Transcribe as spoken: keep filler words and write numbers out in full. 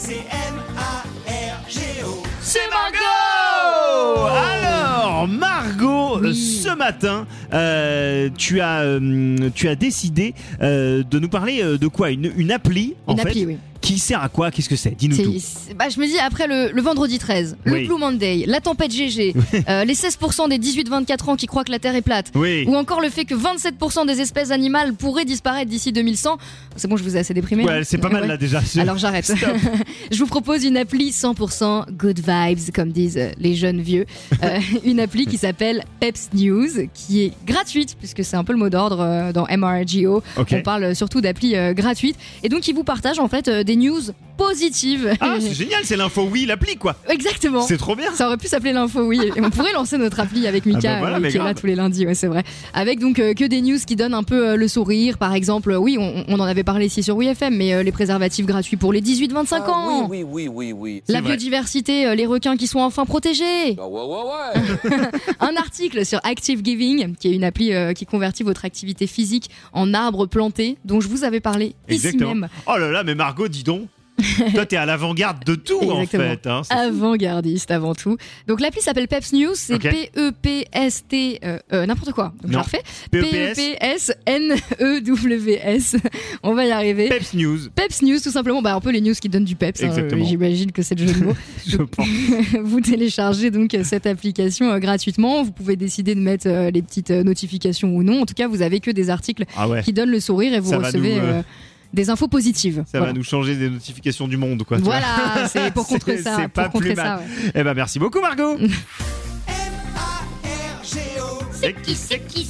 c'est M A R G O. C'est Margot. Alors Margot, Oui. ce matin, euh, tu as euh, tu as décidé euh, de nous parler euh, de quoi, une, une appli en Une fait, appli, oui. qui sert à quoi? Qu'est-ce que c'est? Dis-nous C'est- tout. c'est- bah, je me dis, après le, le vendredi treize, Oui. le Blue Monday, la tempête G G, euh, les seize pour cent des dix-huit vingt-quatre ans qui croient que la Terre est plate, Oui. ou encore le fait que vingt-sept pour cent des espèces animales pourraient disparaître d'ici deux mille cent. C'est bon, je vous ai assez déprimé. Ouais, hein c'est pas mal Ouais. là déjà. Alors j'arrête. Stop. Je vous propose une appli cent pour cent good vibes, comme disent euh, les jeunes vieux. Euh, une appli qui s'appelle Peps News, qui est gratuite, puisque c'est un peu le mot d'ordre euh, dans M R G O. Ok. On parle surtout d'applis euh, gratuites. Et donc, qui vous partage en fait euh, des news positives. Ah, c'est génial, c'est l'info oui, l'appli quoi. Exactement. C'est trop bien. Ça aurait pu s'appeler l'info, oui. Et on pourrait lancer notre appli avec Mika, Ah bah voilà, euh, mais qui est là grave. tous les lundis, ouais, c'est vrai. Avec donc euh, que des news qui donnent un peu euh, le sourire. Par exemple, euh, oui, on, on en avait parlé ici sur W F M, mais euh, les préservatifs gratuits pour les dix-huit vingt-cinq Ah, ans. oui, oui, oui, oui, oui. La C'est vrai. biodiversité, euh, les requins qui sont enfin protégés. Ah, ouais, ouais, ouais. Un article sur Active Giving, qui est une appli euh, qui convertit votre activité physique en arbres plantés, dont je vous avais parlé Exactement. ici même. Oh là là, mais Margot, dis donc. Toi, t'es à l'avant-garde de tout en Exactement. fait. Hein, c'est- Avant-gardiste avant tout. Donc l'appli s'appelle Peps News, c'est Ok. P E P S T, euh, euh, n'importe quoi. Donc je Non. le refais. P E P P E S. P S N E W S. On va y arriver. Peps News. Peps News, tout simplement, bah, un peu les news qui donnent du peps. hein, Exactement. euh, J'imagine que c'est le jeu de mots. Je pense. Vous téléchargez donc euh, cette application euh, gratuitement. Vous pouvez décider de mettre euh, les petites euh, notifications ou non. En tout cas, vous avez que des articles Ah ouais. qui donnent le sourire et vous Ça va recevez nous, euh, euh, des infos positives. Ça voilà. va nous changer des notifications du monde quoi. tu vois. Voilà, c'est pour contrer C'est- ça. c'est pour pas contrer plus ça, mal. ouais. Eh ben merci beaucoup Margot. M A R G O. C'est qui, c'est qui,